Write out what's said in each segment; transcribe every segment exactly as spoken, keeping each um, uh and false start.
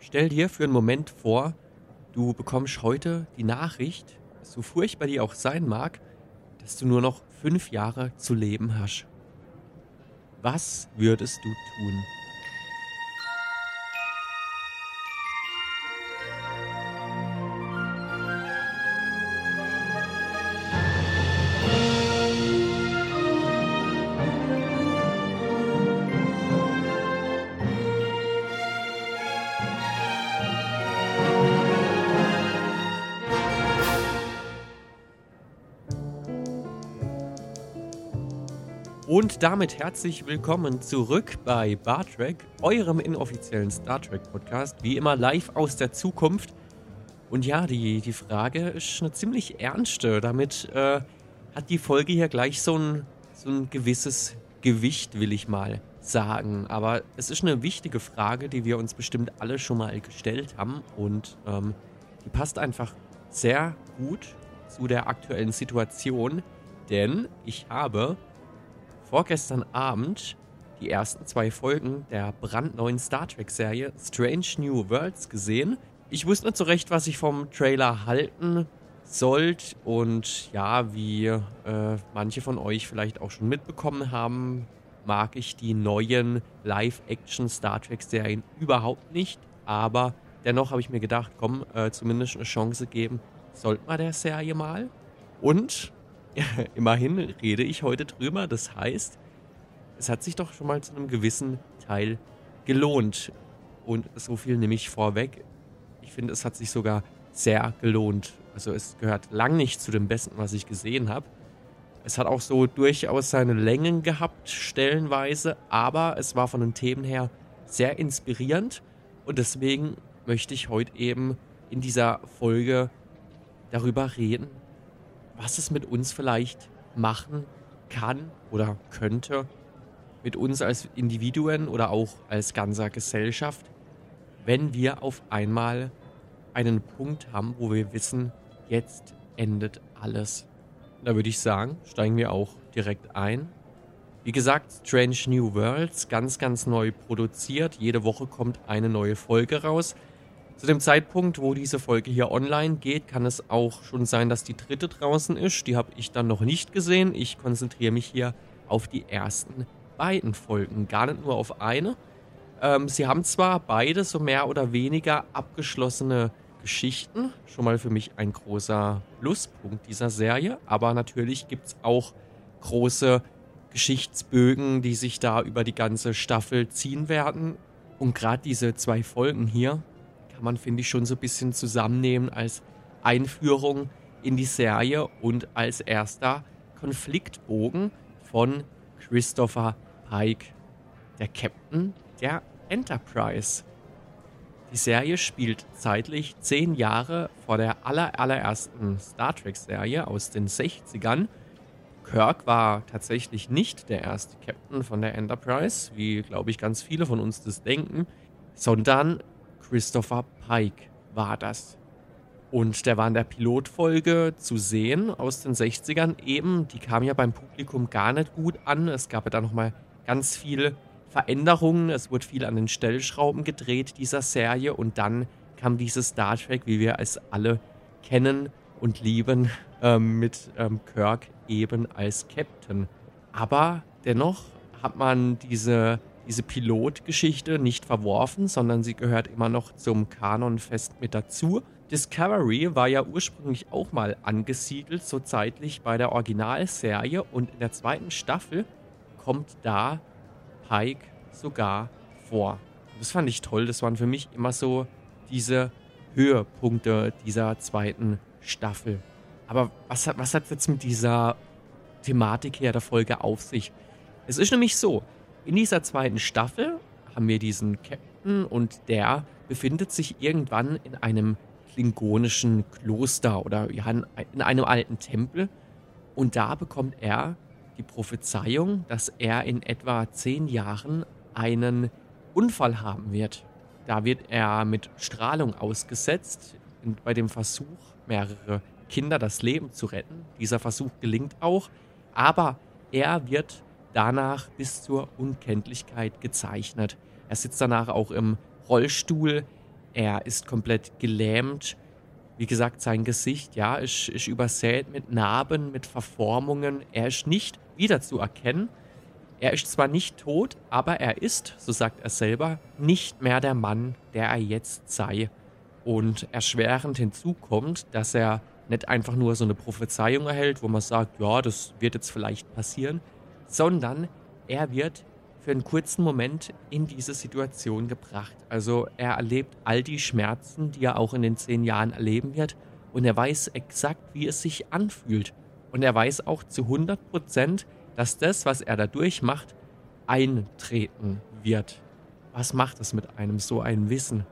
Stell dir für einen Moment vor, du bekommst heute die Nachricht, so furchtbar die auch sein mag, dass du nur noch fünf Jahre zu leben hast. Was würdest du tun? Und damit herzlich willkommen zurück bei Bartrek, eurem inoffiziellen Star Trek Podcast, wie immer live aus der Zukunft. Und ja, die, die Frage ist eine ziemlich ernste. Damit äh, hat die Folge hier gleich so ein, so ein gewisses Gewicht, will ich mal sagen. Aber es ist eine wichtige Frage, die wir uns bestimmt alle schon mal gestellt haben. Und ähm, die passt einfach sehr gut zu der aktuellen Situation. Denn ich habe vorgestern Abend die ersten zwei Folgen der brandneuen Star Trek-Serie Strange New Worlds gesehen. Ich wusste nicht so recht, was ich vom Trailer halten sollte. Und ja, wie äh, manche von euch vielleicht auch schon mitbekommen haben, mag ich die neuen Live-Action-Star Trek-Serien überhaupt nicht. Aber dennoch habe ich mir gedacht, komm, äh, zumindest eine Chance geben, sollte man der Serie mal. Und immerhin rede ich heute drüber. Das heißt, es hat sich doch schon mal zu einem gewissen Teil gelohnt. Und so viel nehme ich vorweg. Ich finde, es hat sich sogar sehr gelohnt. Also es gehört lang nicht zu dem Besten, was ich gesehen habe. Es hat auch so durchaus seine Längen gehabt, stellenweise. Aber es war von den Themen her sehr inspirierend. Und deswegen möchte ich heute eben in dieser Folge darüber reden, was es mit uns vielleicht machen kann oder könnte, mit uns als Individuen oder auch als ganzer Gesellschaft, wenn wir auf einmal einen Punkt haben, wo wir wissen, jetzt endet alles. Da würde ich sagen, steigen wir auch direkt ein. Wie gesagt, Strange New Worlds, ganz, ganz neu produziert. Jede Woche kommt eine neue Folge raus. Zu dem Zeitpunkt, wo diese Folge hier online geht, kann es auch schon sein, dass die dritte draußen ist. Die habe ich dann noch nicht gesehen. Ich konzentriere mich hier auf die ersten beiden Folgen, gar nicht nur auf eine. Ähm, sie haben zwar beide so mehr oder weniger abgeschlossene Geschichten, schon mal für mich ein großer Pluspunkt dieser Serie, aber natürlich gibt es auch große Geschichtsbögen, die sich da über die ganze Staffel ziehen werden. Und gerade diese zwei Folgen hier kann man, finde ich, schon so ein bisschen zusammennehmen als Einführung in die Serie und als erster Konfliktbogen von Christopher Pike, der Captain der Enterprise. Die Serie spielt zeitlich zehn Jahre vor der aller, allerersten Star Trek-Serie aus den sechzigern. Kirk war tatsächlich nicht der erste Captain von der Enterprise, wie, glaube ich, ganz viele von uns das denken, sondern Christopher Pike war das. Und der war in der Pilotfolge zu sehen aus den sechzigern eben. Die kam ja beim Publikum gar nicht gut an. Es gab ja da nochmal ganz viele Veränderungen. Es wurde viel an den Stellschrauben gedreht dieser Serie. Und dann kam dieses Star Trek, wie wir es alle kennen und lieben, ähm, mit ähm, Kirk eben als Captain. Aber dennoch hat man diese... diese Pilotgeschichte nicht verworfen, sondern sie gehört immer noch zum Kanon fest mit dazu. Discovery war ja ursprünglich auch mal angesiedelt, so zeitlich bei der Originalserie, und in der zweiten Staffel kommt da Pike sogar vor. Und das fand ich toll, das waren für mich immer so diese Höhepunkte dieser zweiten Staffel. Aber was hat was hat jetzt mit dieser Thematik her der Folge auf sich? Es ist nämlich so, in dieser zweiten Staffel haben wir diesen Captain und der befindet sich irgendwann in einem klingonischen Kloster oder ja, in einem alten Tempel. Und da bekommt er die Prophezeiung, dass er in etwa zehn Jahren einen Unfall haben wird. Da wird er mit Strahlung ausgesetzt, bei dem Versuch, mehrere Kinder das Leben zu retten. Dieser Versuch gelingt auch, aber er wird danach bis zur Unkenntlichkeit gezeichnet. Er sitzt danach auch im Rollstuhl. Er ist komplett gelähmt. Wie gesagt, sein Gesicht, ja, ist, ist übersät mit Narben, mit Verformungen. Er ist nicht wiederzuerkennen. Er ist zwar nicht tot, aber er ist, so sagt er selber, nicht mehr der Mann, der er jetzt sei. Und erschwerend hinzu kommt, dass er nicht einfach nur so eine Prophezeiung erhält, wo man sagt, ja, das wird jetzt vielleicht passieren, sondern er wird für einen kurzen Moment in diese Situation gebracht. Also er erlebt all die Schmerzen, die er auch in den zehn Jahren erleben wird, und er weiß exakt, wie es sich anfühlt. Und er weiß auch zu hundert Prozent, dass das, was er da durchmacht, eintreten wird. Was macht es mit einem, so ein Wissen?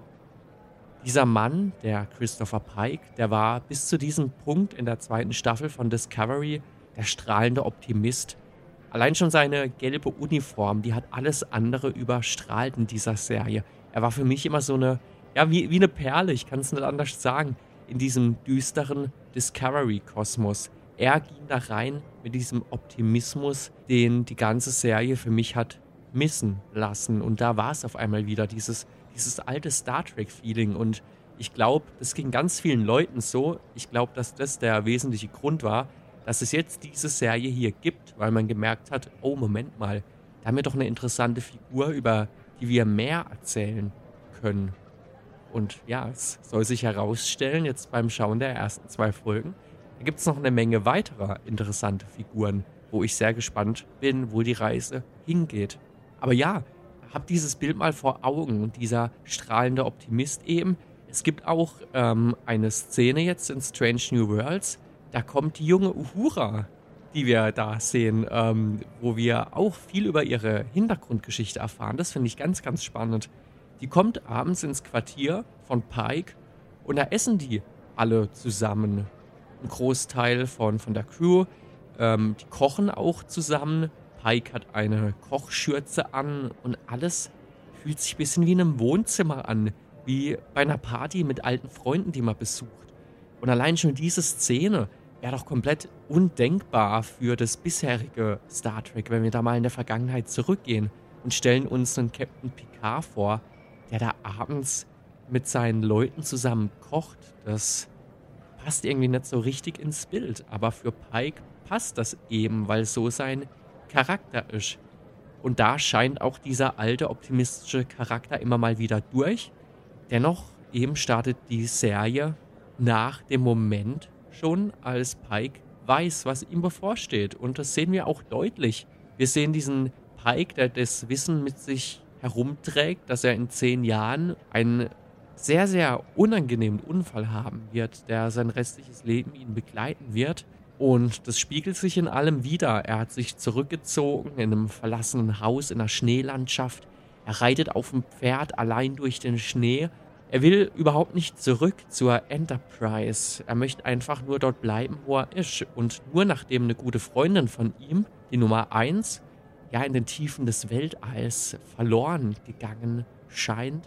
Dieser Mann, der Christopher Pike, der war bis zu diesem Punkt in der zweiten Staffel von Discovery der strahlende Optimist. Allein schon seine gelbe Uniform, die hat alles andere überstrahlt in dieser Serie. Er war für mich immer so eine, ja, wie, wie eine Perle, ich kann es nicht anders sagen, in diesem düsteren Discovery-Kosmos. Er ging da rein mit diesem Optimismus, den die ganze Serie für mich hat missen lassen. Und da war es auf einmal wieder, dieses, dieses alte Star Trek-Feeling. Und ich glaube, das ging ganz vielen Leuten so. Ich glaube, dass das der wesentliche Grund war, dass es jetzt diese Serie hier gibt, weil man gemerkt hat, oh, Moment mal, da haben wir doch eine interessante Figur, über die wir mehr erzählen können. Und ja, es soll sich herausstellen, jetzt beim Schauen der ersten zwei Folgen, da gibt es noch eine Menge weiterer interessante Figuren, wo ich sehr gespannt bin, wo die Reise hingeht. Aber ja, hab dieses Bild mal vor Augen und dieser strahlende Optimist eben. Es gibt auch ähm, eine Szene jetzt in Strange New Worlds, da kommt die junge Uhura, die wir da sehen, ähm, wo wir auch viel über ihre Hintergrundgeschichte erfahren. Das finde ich ganz, ganz spannend. Die kommt abends ins Quartier von Pike und da essen die alle zusammen. Ein Großteil von, von der Crew, ähm, die kochen auch zusammen. Pike hat eine Kochschürze an und alles fühlt sich ein bisschen wie in einem Wohnzimmer an, wie bei einer Party mit alten Freunden, die man besucht. Und allein schon diese Szene wäre doch komplett undenkbar für das bisherige Star Trek, wenn wir da mal in der Vergangenheit zurückgehen und stellen uns einen Captain Picard vor, der da abends mit seinen Leuten zusammen kocht. Das passt irgendwie nicht so richtig ins Bild, aber für Pike passt das eben, weil so sein Charakter ist. Und da scheint auch dieser alte optimistische Charakter immer mal wieder durch. Dennoch eben startet die Serie nach dem Moment schon, als Pike weiß, was ihm bevorsteht. Und das sehen wir auch deutlich. Wir sehen diesen Pike, der das Wissen mit sich herumträgt, dass er in zehn Jahren einen sehr, sehr unangenehmen Unfall haben wird, der sein restliches Leben ihn begleiten wird. Und das spiegelt sich in allem wider. Er hat sich zurückgezogen in einem verlassenen Haus in einer Schneelandschaft. Er reitet auf dem Pferd allein durch den Schnee. Er will überhaupt nicht zurück zur Enterprise. Er möchte einfach nur dort bleiben, wo er ist. Und nur nachdem eine gute Freundin von ihm, die Nummer eins, ja in den Tiefen des Weltalls verloren gegangen scheint,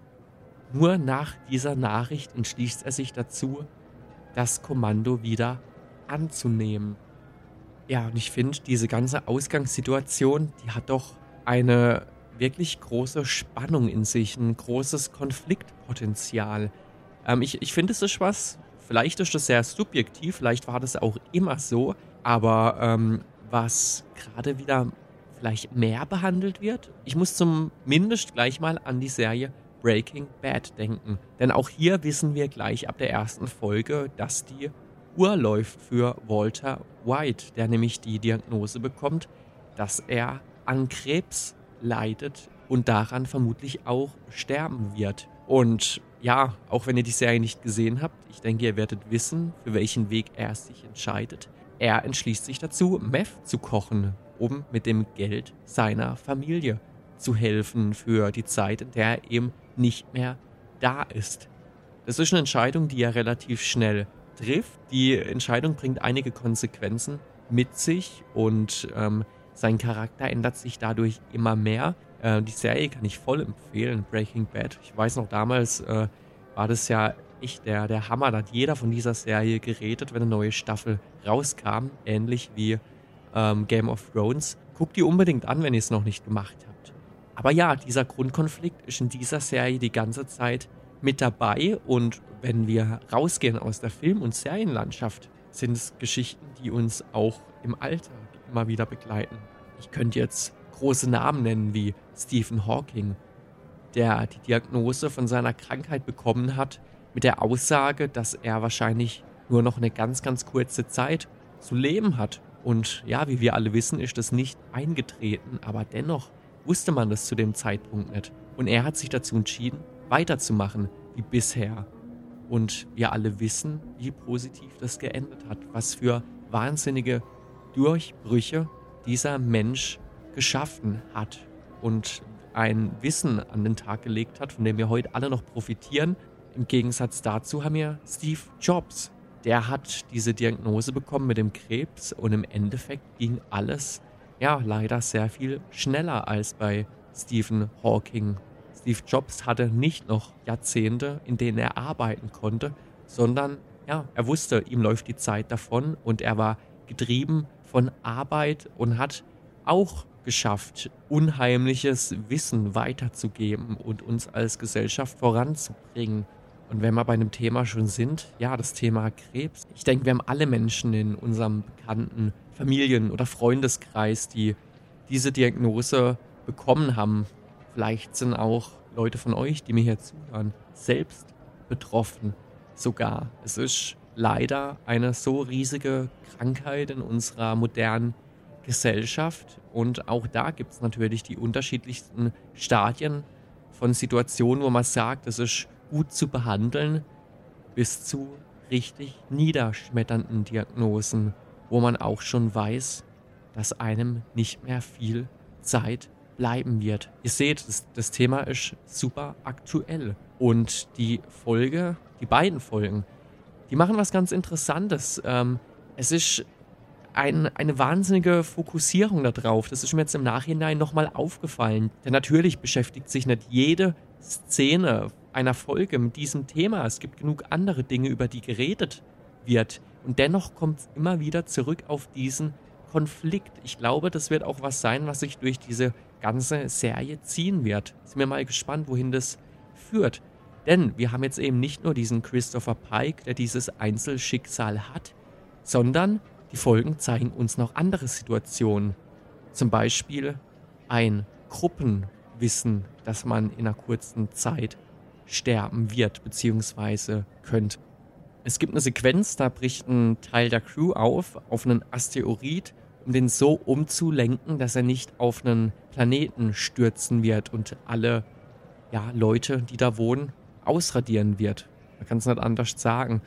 nur nach dieser Nachricht entschließt er sich dazu, das Kommando wieder anzunehmen. Ja, und ich finde, diese ganze Ausgangssituation, die hat doch eine wirklich große Spannung in sich, ein großes Konfliktpotenzial. Ähm, ich ich finde, es ist was, vielleicht ist das sehr subjektiv, vielleicht war das auch immer so, aber ähm, was gerade wieder vielleicht mehr behandelt wird. Ich muss zumindest gleich mal an die Serie Breaking Bad denken. Denn auch hier wissen wir gleich ab der ersten Folge, dass die Uhr läuft für Walter White, der nämlich die Diagnose bekommt, dass er an Krebs leidet und daran vermutlich auch sterben wird. Und ja, auch wenn ihr die Serie nicht gesehen habt, ich denke, ihr werdet wissen, für welchen Weg er sich entscheidet. Er entschließt sich dazu, Meth zu kochen, um mit dem Geld seiner Familie zu helfen für die Zeit, in der er eben nicht mehr da ist. Das ist eine Entscheidung, die er relativ schnell trifft. Die Entscheidung bringt einige Konsequenzen mit sich und ähm, sein Charakter ändert sich dadurch immer mehr. Äh, die Serie kann ich voll empfehlen, Breaking Bad. Ich weiß noch, damals äh, war das ja echt der, der Hammer. Da hat jeder von dieser Serie geredet, wenn eine neue Staffel rauskam. Ähnlich wie ähm, Game of Thrones. Guckt die unbedingt an, wenn ihr es noch nicht gemacht habt. Aber ja, dieser Grundkonflikt ist in dieser Serie die ganze Zeit mit dabei und wenn wir rausgehen aus der Film- und Serienlandschaft, sind es Geschichten, die uns auch im Alltag immer wieder begleiten. Ich könnte jetzt große Namen nennen wie Stephen Hawking, der die Diagnose von seiner Krankheit bekommen hat mit der Aussage, dass er wahrscheinlich nur noch eine ganz, ganz kurze Zeit zu leben hat. Und ja, wie wir alle wissen, ist das nicht eingetreten, aber dennoch wusste man das zu dem Zeitpunkt nicht. Und er hat sich dazu entschieden, weiterzumachen wie bisher. Und wir alle wissen, wie positiv das geendet hat, was für wahnsinnige Durchbrüche dieser Mensch geschaffen hat und ein Wissen an den Tag gelegt hat, von dem wir heute alle noch profitieren. Im Gegensatz dazu haben wir Steve Jobs. Der hat diese Diagnose bekommen mit dem Krebs und im Endeffekt ging alles ja leider sehr viel schneller als bei Stephen Hawking. Steve Jobs hatte nicht noch Jahrzehnte, in denen er arbeiten konnte, sondern ja, er wusste, ihm läuft die Zeit davon und er war getrieben von Arbeit und hat auch geschafft, unheimliches Wissen weiterzugeben und uns als Gesellschaft voranzubringen. Und wenn wir bei einem Thema schon sind, ja, das Thema Krebs. Ich denke, wir haben alle Menschen in unserem bekannten Familien- oder Freundeskreis, die diese Diagnose bekommen haben. Vielleicht sind auch Leute von euch, die mir hier zuhören, selbst betroffen sogar. Es ist leider eine so riesige Krankheit in unserer modernen Gesellschaft und auch da gibt es natürlich die unterschiedlichsten Stadien von Situationen, wo man sagt, es ist gut zu behandeln, bis zu richtig niederschmetternden Diagnosen, wo man auch schon weiß, dass einem nicht mehr viel Zeit bleiben wird. Ihr seht, das, das Thema ist super aktuell und die Folge, die beiden Folgen, die machen was ganz Interessantes. Ähm, es ist ein, eine wahnsinnige Fokussierung darauf. Das ist mir jetzt im Nachhinein nochmal aufgefallen. Denn natürlich beschäftigt sich nicht jede Szene einer Folge mit diesem Thema. Es gibt genug andere Dinge, über die geredet wird. Und dennoch kommt es immer wieder zurück auf diesen Konflikt. Ich glaube, das wird auch was sein, was sich durch diese ganze Serie ziehen wird. Sind wir mal gespannt, wohin das führt. Denn wir haben jetzt eben nicht nur diesen Christopher Pike, der dieses Einzelschicksal hat, sondern die Folgen zeigen uns noch andere Situationen. Zum Beispiel ein Gruppenwissen, dass man in einer kurzen Zeit sterben wird bzw. könnte. Es gibt eine Sequenz, da bricht ein Teil der Crew auf, auf einen Asteroid, um den so umzulenken, dass er nicht auf einen Planeten stürzen wird und alle ja, Leute, die da wohnen, ausradieren wird. Man kann es nicht anders sagen.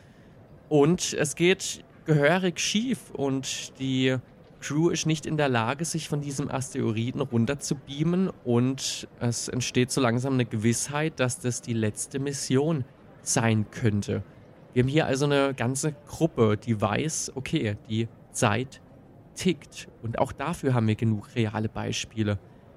Und es geht gehörig schief und die Crew ist nicht in der Lage, sich von diesem Asteroiden runter zu beamen und es entsteht so langsam eine Gewissheit, dass das die letzte Mission sein könnte. Wir haben hier also eine ganze Gruppe, die weiß, okay, die Zeit tickt und auch dafür haben wir genug reale Beispiele.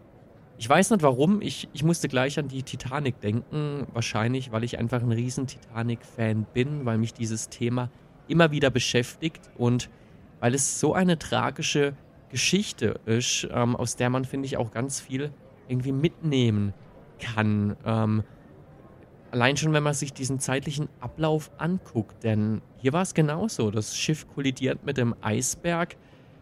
Ich weiß nicht warum, ich, ich musste gleich an die Titanic denken, wahrscheinlich, weil ich einfach ein riesen Titanic-Fan bin, weil mich dieses Thema immer wieder beschäftigt und weil es so eine tragische Geschichte ist, ähm, aus der man, finde ich, auch ganz viel irgendwie mitnehmen kann. Ähm, allein schon, wenn man sich diesen zeitlichen Ablauf anguckt, denn hier war es genauso. Das Schiff kollidiert mit dem Eisberg.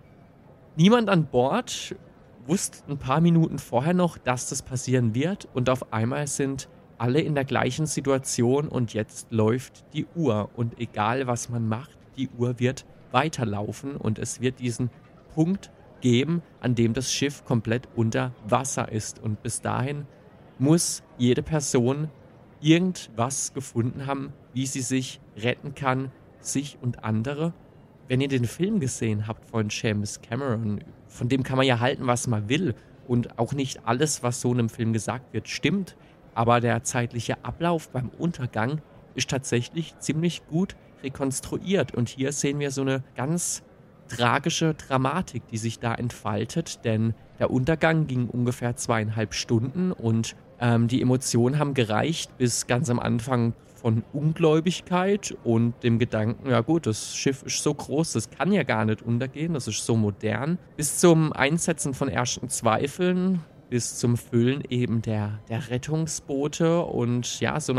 Niemand an Bord wusste ein paar Minuten vorher noch, dass das passieren wird und auf einmal sind alle in der gleichen Situation und jetzt läuft die Uhr und egal was man macht, die Uhr wird weiterlaufen und es wird diesen Punkt geben, an dem das Schiff komplett unter Wasser ist und bis dahin muss jede Person irgendwas gefunden haben, wie sie sich retten kann, sich und andere. Wenn ihr den Film gesehen habt von James Cameron, von dem kann man ja halten, was man will und auch nicht alles, was so in einem Film gesagt wird, stimmt, aber der zeitliche Ablauf beim Untergang ist tatsächlich ziemlich gut rekonstruiert und hier sehen wir so eine ganz tragische Dramatik, die sich da entfaltet, denn der Untergang ging ungefähr zweieinhalb Stunden und ähm, die Emotionen haben gereicht bis ganz am Anfang von Ungläubigkeit und dem Gedanken, ja gut, das Schiff ist so groß, das kann ja gar nicht untergehen, das ist so modern, bis zum Einsetzen von ersten Zweifeln, bis zum Füllen eben der, der Rettungsboote und ja, so einer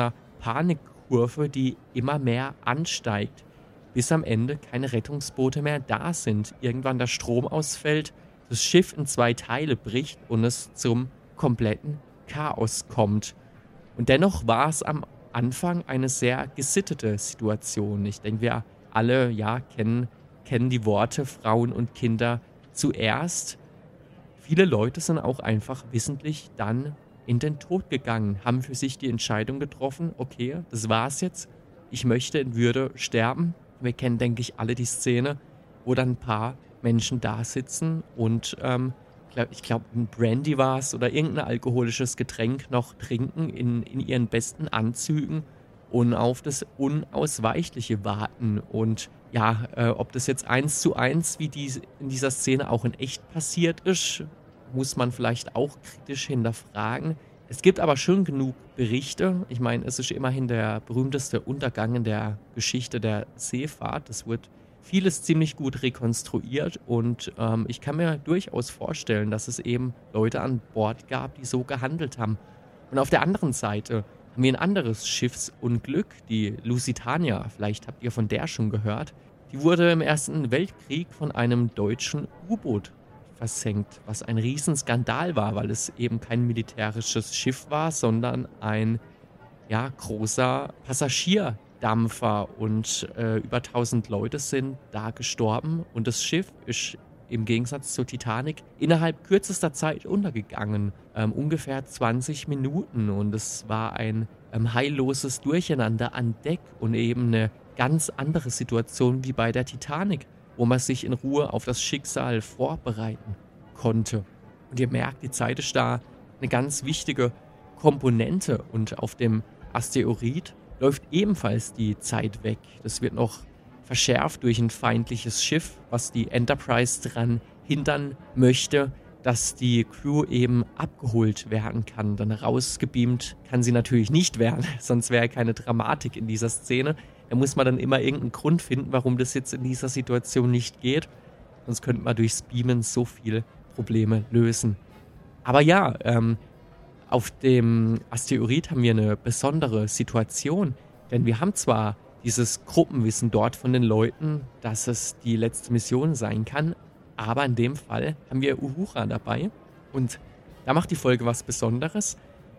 Panikkurve, die immer mehr ansteigt, bis am Ende keine Rettungsboote mehr da sind. Irgendwann der Strom ausfällt, das Schiff in zwei Teile bricht und es zum kompletten Chaos kommt. Und dennoch war es am Anfang eine sehr gesittete Situation. Ich denke, wir alle ja, kennen, kennen die Worte Frauen und Kinder zuerst. Viele Leute sind auch einfach wissentlich dann in den Tod gegangen, haben für sich die Entscheidung getroffen, okay, das war's jetzt, ich möchte in Würde sterben. Wir kennen, denke ich, alle die Szene, wo dann ein paar Menschen da sitzen und ähm, ich glaube, ein Brandy war es oder irgendein alkoholisches Getränk noch trinken in, in ihren besten Anzügen und auf das Unausweichliche warten. Und ja, äh, ob das jetzt eins zu eins wie die, in dieser Szene auch in echt passiert ist, muss man vielleicht auch kritisch hinterfragen. Es gibt aber schon genug Berichte. Ich meine, es ist immerhin der berühmteste Untergang in der Geschichte der Seefahrt. Das wird vieles ziemlich gut rekonstruiert und ähm, ich kann mir durchaus vorstellen, dass es eben Leute an Bord gab, die so gehandelt haben. Und auf der anderen Seite haben wir ein anderes Schiffsunglück, die Lusitania. Vielleicht habt ihr von der schon gehört. Die wurde im Ersten Weltkrieg von einem deutschen U-Boot versenkt, was ein Riesenskandal war, weil es eben kein militärisches Schiff war, sondern ein ja, großer Passagierdampfer und äh, über tausend Leute sind da gestorben und das Schiff ist im Gegensatz zur Titanic innerhalb kürzester Zeit untergegangen, ähm, ungefähr zwanzig Minuten und es war ein ähm, heilloses Durcheinander an Deck und eben eine ganz andere Situation wie bei der Titanic, wo man sich in Ruhe auf das Schicksal vorbereiten konnte. Und ihr merkt, die Zeit ist da eine ganz wichtige Komponente und auf dem Asteroid läuft ebenfalls die Zeit weg. Das wird noch verschärft durch ein feindliches Schiff, was die Enterprise daran hindern möchte, dass die Crew eben abgeholt werden kann. Dann rausgebeamt kann sie natürlich nicht werden, sonst wäre keine Dramatik in dieser Szene. Da muss man dann immer irgendeinen Grund finden, warum das jetzt in dieser Situation nicht geht. Sonst könnte man durchs Beamen so viele Probleme lösen. Aber ja, ähm, auf dem Asteroid haben wir eine besondere Situation. Denn wir haben zwar dieses Gruppenwissen dort von den Leuten, dass es die letzte Mission sein kann, aber in dem Fall haben wir Uhura dabei. Und da macht die Folge was Besonderes.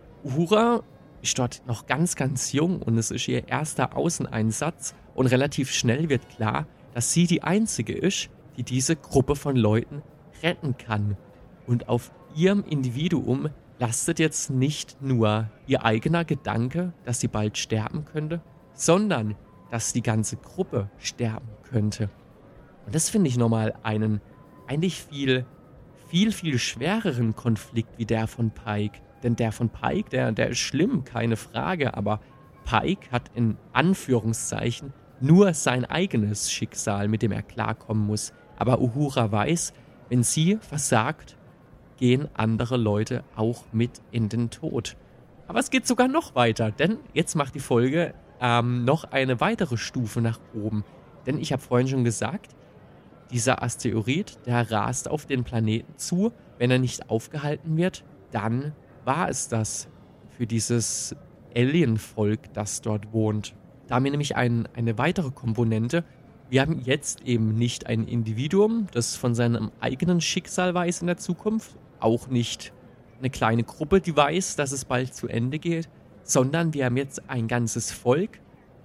Uhura ist dort noch ganz, ganz jung und es ist ihr erster Außeneinsatz und relativ schnell wird klar, dass sie die Einzige ist, die diese Gruppe von Leuten retten kann. Und auf ihrem Individuum lastet jetzt nicht nur ihr eigener Gedanke, dass sie bald sterben könnte, sondern dass die ganze Gruppe sterben könnte. Und das finde ich nochmal einen eigentlich viel, viel, viel schwereren Konflikt wie der von Pike. Denn der von Pike, der, der ist schlimm, keine Frage, aber Pike hat in Anführungszeichen nur sein eigenes Schicksal, mit dem er klarkommen muss. Aber Uhura weiß, wenn sie versagt, gehen andere Leute auch mit in den Tod. Aber es geht sogar noch weiter, denn jetzt macht die Folge ähm, noch eine weitere Stufe nach oben. Denn ich habe vorhin schon gesagt, dieser Asteroid, der rast auf den Planeten zu. Wenn er nicht aufgehalten wird, dann war es das für dieses Alien-Volk, das dort wohnt. Da haben wir nämlich ein, eine weitere Komponente. Wir haben jetzt eben nicht ein Individuum, das von seinem eigenen Schicksal weiß in der Zukunft, auch nicht eine kleine Gruppe, die weiß, dass es bald zu Ende geht, sondern wir haben jetzt ein ganzes Volk,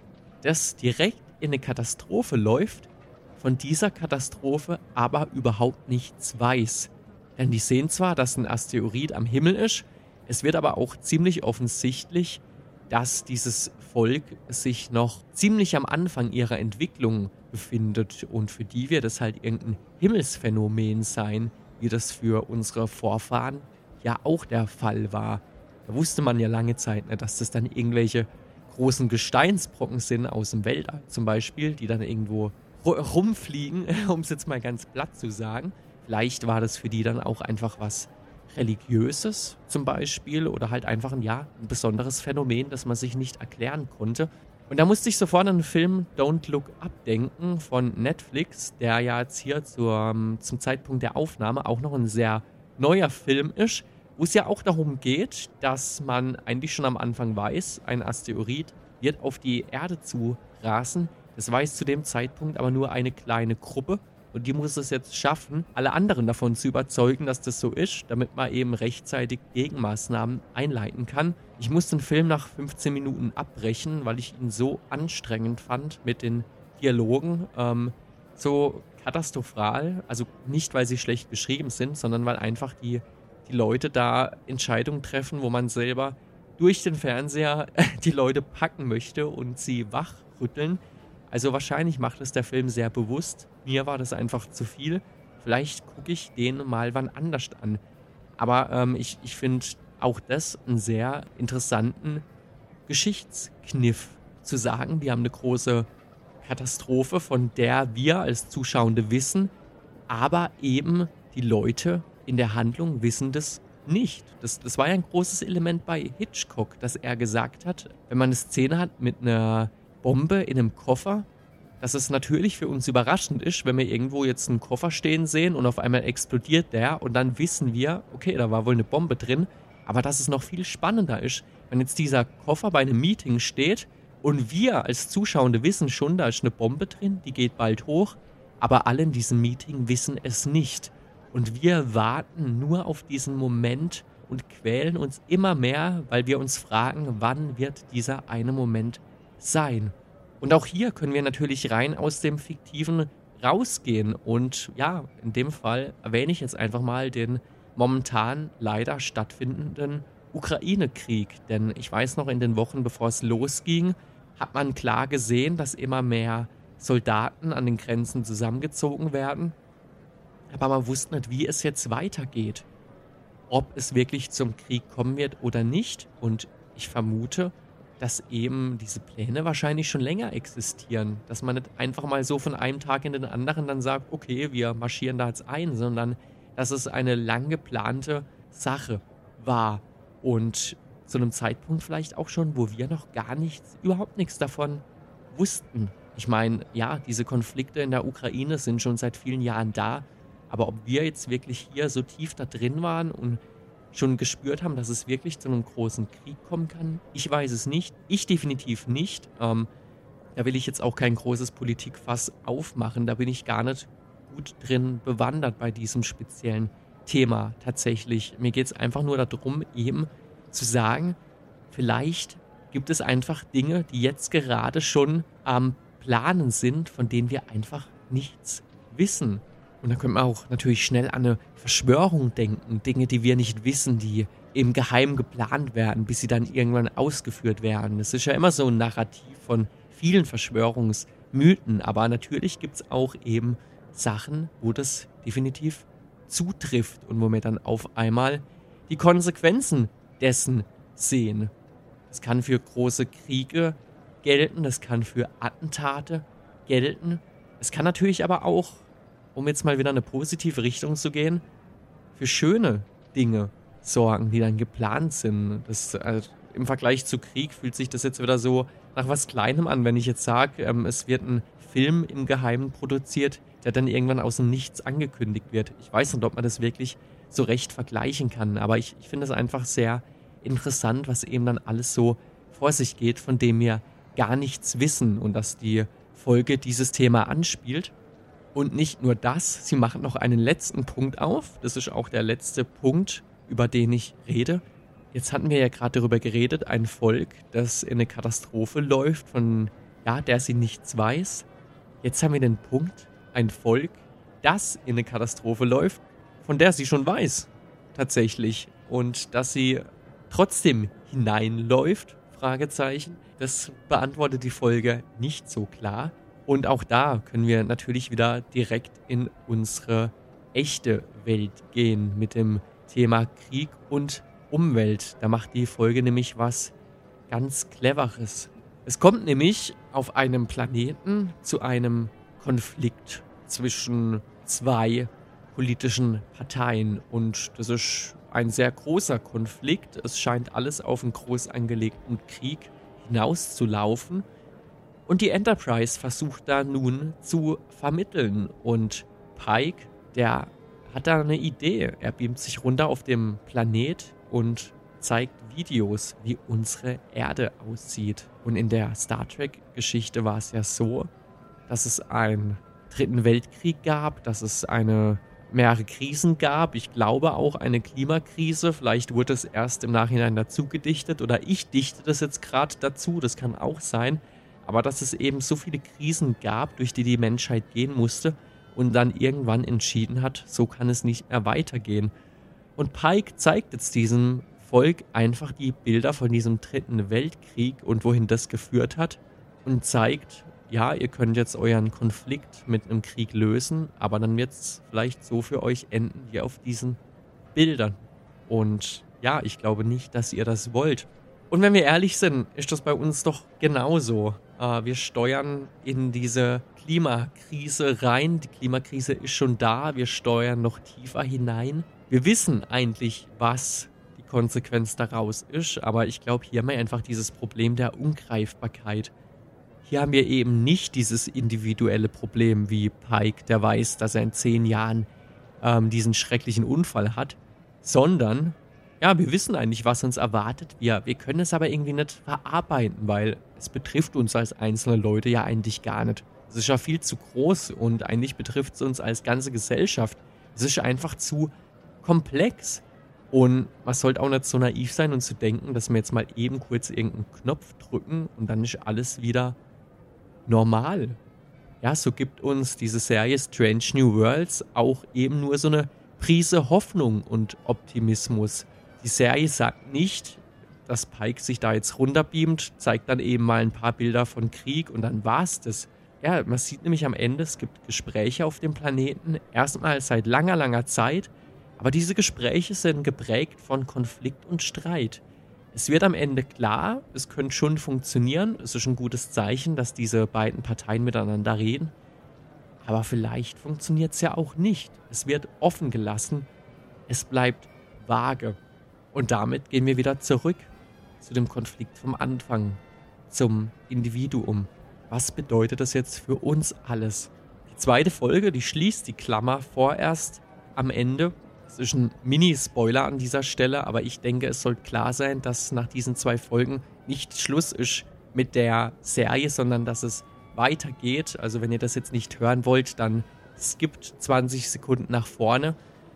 das direkt in eine Katastrophe läuft, von dieser Katastrophe aber überhaupt nichts weiß. Denn die sehen zwar, dass ein Asteroid am Himmel ist, es wird aber auch ziemlich offensichtlich, dass dieses Volk sich noch ziemlich am Anfang ihrer Entwicklung befindet und für die wird es halt irgendein Himmelsphänomen sein, wie das für unsere Vorfahren ja auch der Fall war. Da wusste man ja lange Zeit nicht, dass das dann irgendwelche großen Gesteinsbrocken sind aus dem Weltall zum Beispiel, die dann irgendwo rumfliegen, um es jetzt mal ganz platt zu sagen. Vielleicht war das für die dann auch einfach was Religiöses zum Beispiel oder halt einfach ein, ja, ein besonderes Phänomen, das man sich nicht erklären konnte. Und da musste ich sofort an den Film Don't Look Up denken von Netflix, der ja jetzt hier zur, zum Zeitpunkt der Aufnahme auch noch ein sehr neuer Film ist, wo es ja auch darum geht, dass man eigentlich schon am Anfang weiß, ein Asteroid wird auf die Erde zu rasen. Das weiß zu dem Zeitpunkt aber nur eine kleine Gruppe. Und die muss es jetzt schaffen, alle anderen davon zu überzeugen, dass das so ist, damit man eben rechtzeitig Gegenmaßnahmen einleiten kann. Ich musste den Film nach fünfzehn Minuten abbrechen, weil ich ihn so anstrengend fand mit den Dialogen. Ähm, so katastrophal. Also nicht, weil sie schlecht geschrieben sind, sondern weil einfach die, die Leute da Entscheidungen treffen, wo man selber durch den Fernseher die Leute packen möchte und sie wachrütteln. Also wahrscheinlich macht es der Film sehr bewusst. Mir war das einfach zu viel. Vielleicht gucke ich den mal wann anders an. Aber ähm, ich, ich finde auch das einen sehr interessanten Geschichtskniff. Zu sagen, wir haben eine große Katastrophe, von der wir als Zuschauende wissen, aber eben die Leute in der Handlung wissen das nicht. Das, das war ja ein großes Element bei Hitchcock, dass er gesagt hat, wenn man eine Szene hat mit einer Bombe in einem Koffer, dass es natürlich für uns überraschend ist, wenn wir irgendwo jetzt einen Koffer stehen sehen und auf einmal explodiert der und dann wissen wir, okay, da war wohl eine Bombe drin, aber dass es noch viel spannender ist, wenn jetzt dieser Koffer bei einem Meeting steht und wir als Zuschauende wissen schon, da ist eine Bombe drin, die geht bald hoch, aber alle in diesem Meeting wissen es nicht. Und wir warten nur auf diesen Moment und quälen uns immer mehr, weil wir uns fragen, wann wird dieser eine Moment sein. Und auch hier können wir natürlich rein aus dem Fiktiven rausgehen. Und ja, in dem Fall erwähne ich jetzt einfach mal den momentan leider stattfindenden Ukraine-Krieg. Denn ich weiß noch, in den Wochen, bevor es losging, hat man klar gesehen, dass immer mehr Soldaten an den Grenzen zusammengezogen werden. Aber man wusste nicht, wie es jetzt weitergeht. Ob es wirklich zum Krieg kommen wird oder nicht. Und ich vermute, dass eben diese Pläne wahrscheinlich schon länger existieren. Dass man nicht einfach mal so von einem Tag in den anderen dann sagt, okay, wir marschieren da jetzt ein, sondern dass es eine lang geplante Sache war. Und zu einem Zeitpunkt vielleicht auch schon, wo wir noch gar nichts, überhaupt nichts davon wussten. Ich meine, ja, diese Konflikte in der Ukraine sind schon seit vielen Jahren da, aber ob wir jetzt wirklich hier so tief da drin waren und schon gespürt haben, dass es wirklich zu einem großen Krieg kommen kann? Ich weiß es nicht. Ich definitiv nicht. Ähm, da will ich jetzt auch kein großes Politikfass aufmachen. Da bin ich gar nicht gut drin bewandert bei diesem speziellen Thema tatsächlich. Mir geht es einfach nur darum, eben zu sagen, vielleicht gibt es einfach Dinge, die jetzt gerade schon am Planen sind, von denen wir einfach nichts wissen. Und da könnte man auch natürlich schnell an eine Verschwörung denken. Dinge, die wir nicht wissen, die im Geheimen geplant werden, bis sie dann irgendwann ausgeführt werden. Das ist ja immer so ein Narrativ von vielen Verschwörungsmythen. Aber natürlich gibt es auch eben Sachen, wo das definitiv zutrifft und wo wir dann auf einmal die Konsequenzen dessen sehen. Das kann für große Kriege gelten, das kann für Attentate gelten. Es kann natürlich aber auch, um jetzt mal wieder in eine positive Richtung zu gehen, für schöne Dinge sorgen, die dann geplant sind. Das, also im Vergleich zu Krieg fühlt sich das jetzt wieder so nach was Kleinem an, wenn ich jetzt sage, ähm, es wird ein Film im Geheimen produziert, der dann irgendwann aus dem Nichts angekündigt wird. Ich weiß nicht, ob man das wirklich so recht vergleichen kann, aber ich, ich finde es einfach sehr interessant, was eben dann alles so vor sich geht, von dem wir gar nichts wissen und dass die Folge dieses Thema anspielt. Und nicht nur das, sie machen noch einen letzten Punkt auf. Das ist auch der letzte Punkt, über den ich rede. Jetzt hatten wir ja gerade darüber geredet, ein Volk, das in eine Katastrophe läuft, von ja, der sie nichts weiß. Jetzt haben wir den Punkt, ein Volk, das in eine Katastrophe läuft, von der sie schon weiß, tatsächlich. Und dass sie trotzdem hineinläuft, Fragezeichen. Das beantwortet die Folge nicht so klar. Und auch da können wir natürlich wieder direkt in unsere echte Welt gehen mit dem Thema Krieg und Umwelt. Da macht die Folge nämlich was ganz Cleveres. Es kommt nämlich auf einem Planeten zu einem Konflikt zwischen zwei politischen Parteien. Und das ist ein sehr großer Konflikt. Es scheint alles auf einen groß angelegten Krieg hinauszulaufen. Und die Enterprise versucht da nun zu vermitteln. Und Pike, der hat da eine Idee. Er beamt sich runter auf dem Planet und zeigt Videos, wie unsere Erde aussieht. Und in der Star Trek-Geschichte war es ja so, dass es einen dritten Weltkrieg gab, dass es eine mehrere Krisen gab. Ich glaube auch eine Klimakrise. Vielleicht wurde es erst im Nachhinein dazu gedichtet oder ich dichte das jetzt gerade dazu. Das kann auch sein. Aber dass es eben so viele Krisen gab, durch die die Menschheit gehen musste und dann irgendwann entschieden hat, so kann es nicht mehr weitergehen. Und Pike zeigt jetzt diesem Volk einfach die Bilder von diesem dritten Weltkrieg und wohin das geführt hat und zeigt, ja, ihr könnt jetzt euren Konflikt mit einem Krieg lösen, aber dann wird es vielleicht so für euch enden wie auf diesen Bildern. Und ja, ich glaube nicht, dass ihr das wollt. Und wenn wir ehrlich sind, ist das bei uns doch genauso. Äh, wir steuern in diese Klimakrise rein. Die Klimakrise ist schon da. Wir steuern noch tiefer hinein. Wir wissen eigentlich, was die Konsequenz daraus ist. Aber ich glaube, hier haben wir einfach dieses Problem der Ungreifbarkeit. Hier haben wir eben nicht dieses individuelle Problem wie Pike, der weiß, dass er in zehn Jahren ähm, diesen schrecklichen Unfall hat, sondern ja, wir wissen eigentlich, was uns erwartet. Wir, wir können es aber irgendwie nicht verarbeiten, weil es betrifft uns als einzelne Leute ja eigentlich gar nicht. Es ist ja viel zu groß und eigentlich betrifft es uns als ganze Gesellschaft. Es ist einfach zu komplex. Und man sollte auch nicht so naiv sein und zu denken, dass wir jetzt mal eben kurz irgendeinen Knopf drücken und dann ist alles wieder normal. Ja, so gibt uns diese Serie Strange New Worlds auch eben nur so eine Prise Hoffnung und Optimismus. Die Serie sagt nicht, dass Pike sich da jetzt runterbeamt, zeigt dann eben mal ein paar Bilder von Krieg und dann war's das. Ja, man sieht nämlich am Ende, es gibt Gespräche auf dem Planeten, erstmal seit langer, langer Zeit, aber diese Gespräche sind geprägt von Konflikt und Streit. Es wird am Ende klar, es könnte schon funktionieren, es ist ein gutes Zeichen, dass diese beiden Parteien miteinander reden, aber vielleicht funktioniert es ja auch nicht. Es wird offen gelassen, es bleibt vage. Und damit gehen wir wieder zurück zu dem Konflikt vom Anfang, zum Individuum. Was bedeutet das jetzt für uns alles? Die zweite Folge, die schließt die Klammer vorerst am Ende. Es ist ein Mini-Spoiler an dieser Stelle, aber ich denke, es sollte klar sein, dass nach diesen zwei Folgen nicht Schluss ist mit der Serie, sondern dass es weitergeht. Also wenn ihr das jetzt nicht hören wollt, dann skippt zwanzig Sekunden nach vorne.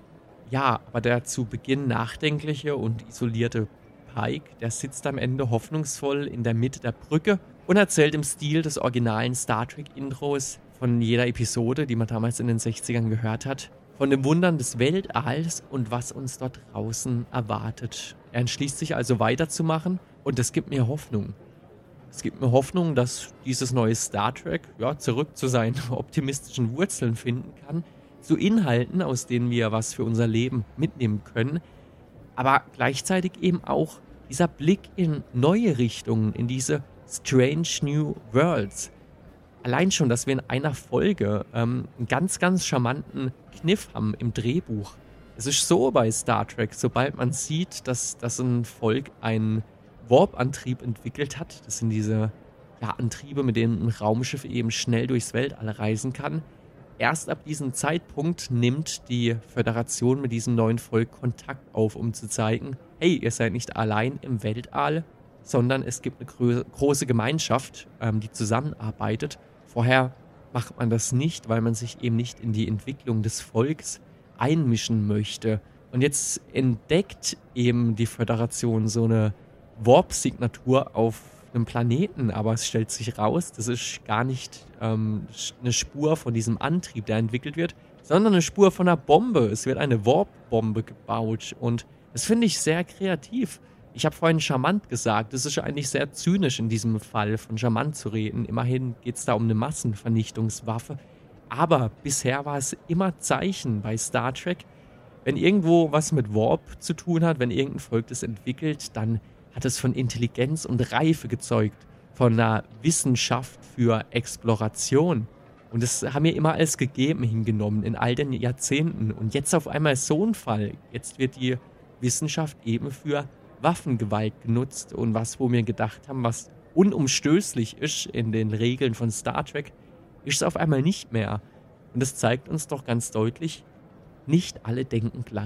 Ja, aber der zu Beginn nachdenkliche und isolierte Pike, der sitzt am Ende hoffnungsvoll in der Mitte der Brücke und erzählt im Stil des originalen Star Trek-Intros von jeder Episode, die man damals in den sechzigern gehört hat, von den Wundern des Weltalls und was uns dort draußen erwartet. Er entschließt sich also weiterzumachen und das gibt mir Hoffnung. Es gibt mir Hoffnung, dass dieses neue Star Trek ja, zurück zu seinen optimistischen Wurzeln finden kann, zu Inhalten, aus denen wir was für unser Leben mitnehmen können, aber gleichzeitig eben auch dieser Blick in neue Richtungen, in diese Strange New Worlds. Allein schon, dass wir in einer Folge ähm, einen ganz, ganz charmanten Kniff haben im Drehbuch. Es ist so bei Star Trek, sobald man sieht, dass, dass ein Volk einen Warp-Antrieb entwickelt hat, das sind diese ja, Antriebe, mit denen ein Raumschiff eben schnell durchs Weltall reisen kann, erst ab diesem Zeitpunkt nimmt die Föderation mit diesem neuen Volk Kontakt auf, um zu zeigen, hey, ihr seid nicht allein im Weltall, sondern es gibt eine grö- große Gemeinschaft, ähm, die zusammenarbeitet. Vorher macht man das nicht, weil man sich eben nicht in die Entwicklung des Volks einmischen möchte. Und jetzt entdeckt eben die Föderation so eine Warp-Signatur auf einem Planeten, aber es stellt sich raus, das ist gar nicht ähm, eine Spur von diesem Antrieb, der entwickelt wird, sondern eine Spur von einer Bombe. Es wird eine Warp-Bombe gebaut und das finde ich sehr kreativ. Ich habe vorhin charmant gesagt, das ist eigentlich sehr zynisch in diesem Fall, von charmant zu reden. Immerhin geht es da um eine Massenvernichtungswaffe. Aber bisher war es immer Zeichen bei Star Trek. Wenn irgendwo was mit Warp zu tun hat, wenn irgendein Volk das entwickelt, dann hat es von Intelligenz und Reife gezeugt, von einer Wissenschaft für Exploration. Und das haben wir immer als gegeben hingenommen in all den Jahrzehnten. Und jetzt auf einmal so ein Fall. Jetzt wird die Wissenschaft eben für Waffengewalt genutzt und was, wo wir gedacht haben, was unumstößlich ist in den Regeln von Star Trek, ist es auf einmal nicht mehr. Und das zeigt uns doch ganz deutlich, nicht alle denken gleich.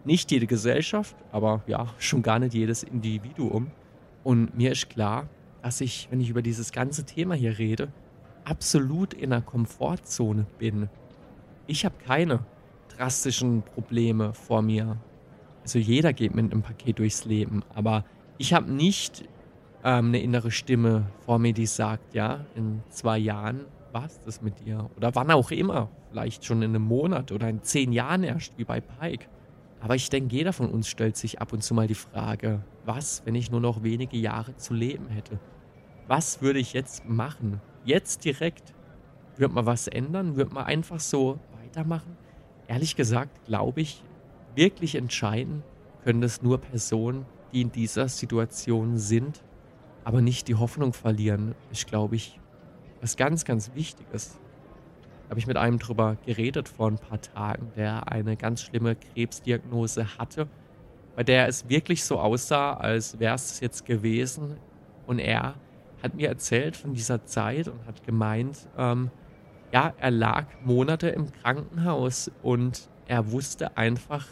nicht jede Gesellschaft, aber ja, schon gar nicht jedes Individuum. Und mir ist klar, dass ich, wenn ich über dieses ganze Thema hier rede, absolut in einer Komfortzone bin. Ich habe keine drastischen Probleme vor mir. Also jeder geht mit einem Paket durchs Leben, aber ich habe nicht ähm, eine innere Stimme vor mir, die sagt, ja, in zwei Jahren war es das mit dir. Oder wann auch immer. Vielleicht schon in einem Monat oder in zehn Jahren erst, wie bei Pike. Aber ich denke, jeder von uns stellt sich ab und zu mal die Frage, was, wenn ich nur noch wenige Jahre zu leben hätte? Was würde ich jetzt machen? Jetzt direkt? Würde man was ändern? Würde man einfach so weitermachen? Ehrlich gesagt, glaube ich, wirklich entscheiden können das nur Personen, die in dieser Situation sind, aber nicht die Hoffnung verlieren, ist, glaube ich, was ganz, ganz Wichtiges. Da habe ich mit einem drüber geredet vor ein paar Tagen, der eine ganz schlimme Krebsdiagnose hatte, bei der es wirklich so aussah, als wäre es jetzt gewesen. Und er hat mir erzählt von dieser Zeit und hat gemeint, ähm, ja, er lag Monate im Krankenhaus und er wusste einfach,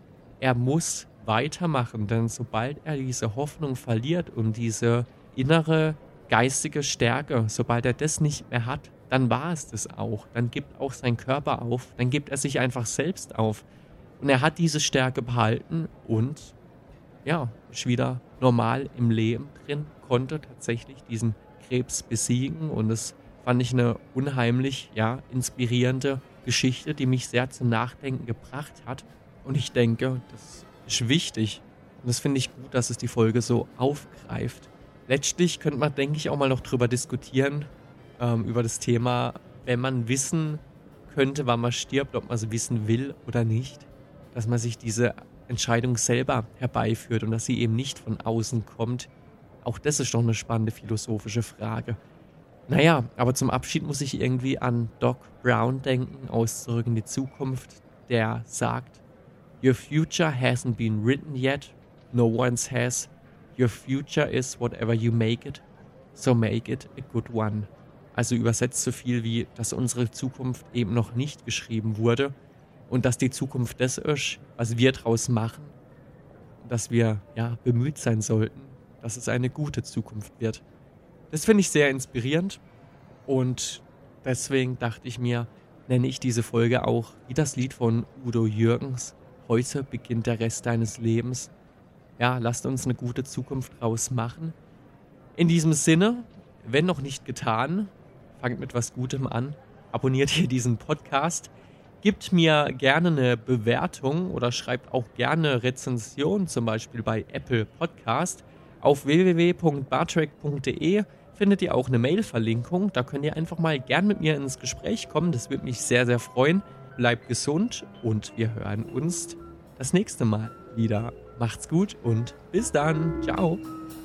er muss weitermachen, denn sobald er diese Hoffnung verliert und diese innere geistige Stärke, sobald er das nicht mehr hat, dann war es das auch. Dann gibt auch sein Körper auf, dann gibt er sich einfach selbst auf. Und er hat diese Stärke behalten und ja, ist wieder normal im Leben drin, konnte tatsächlich diesen Krebs besiegen und das fand ich eine unheimlich, ja, inspirierende Geschichte, die mich sehr zum Nachdenken gebracht hat. Und ich denke, das ist wichtig. Und das finde ich gut, dass es die Folge so aufgreift. Letztlich könnte man, denke ich, auch mal noch drüber diskutieren, ähm, über das Thema, wenn man wissen könnte, wann man stirbt, ob man es wissen will oder nicht. Dass man sich diese Entscheidung selber herbeiführt und dass sie eben nicht von außen kommt. Auch das ist doch eine spannende philosophische Frage. Naja, aber zum Abschied muss ich irgendwie an Doc Brown denken, aus Zurück in die Zukunft, der sagt, Your future hasn't been written yet, no one's has. Your future is whatever you make it, so make it a good one. Also übersetzt so viel wie, dass unsere Zukunft eben noch nicht geschrieben wurde und dass die Zukunft das ist, was wir draus machen, dass wir ja bemüht sein sollten, dass es eine gute Zukunft wird. Das finde ich sehr inspirierend und deswegen dachte ich mir, nenne ich diese Folge auch wie das Lied von Udo Jürgens, Heute beginnt der Rest deines Lebens. Ja, lasst uns eine gute Zukunft draus machen. In diesem Sinne, wenn noch nicht getan, fangt mit was Gutem an, abonniert hier diesen Podcast, gebt mir gerne eine Bewertung oder schreibt auch gerne Rezension, zum Beispiel bei Apple Podcast. Auf w w w punkt bartrack punkt d e findet ihr auch eine Mail-Verlinkung. Da könnt ihr einfach mal gern mit mir ins Gespräch kommen. Das würde mich sehr, sehr freuen. Bleibt gesund und wir hören uns das nächste Mal wieder. Macht's gut und bis dann. Ciao.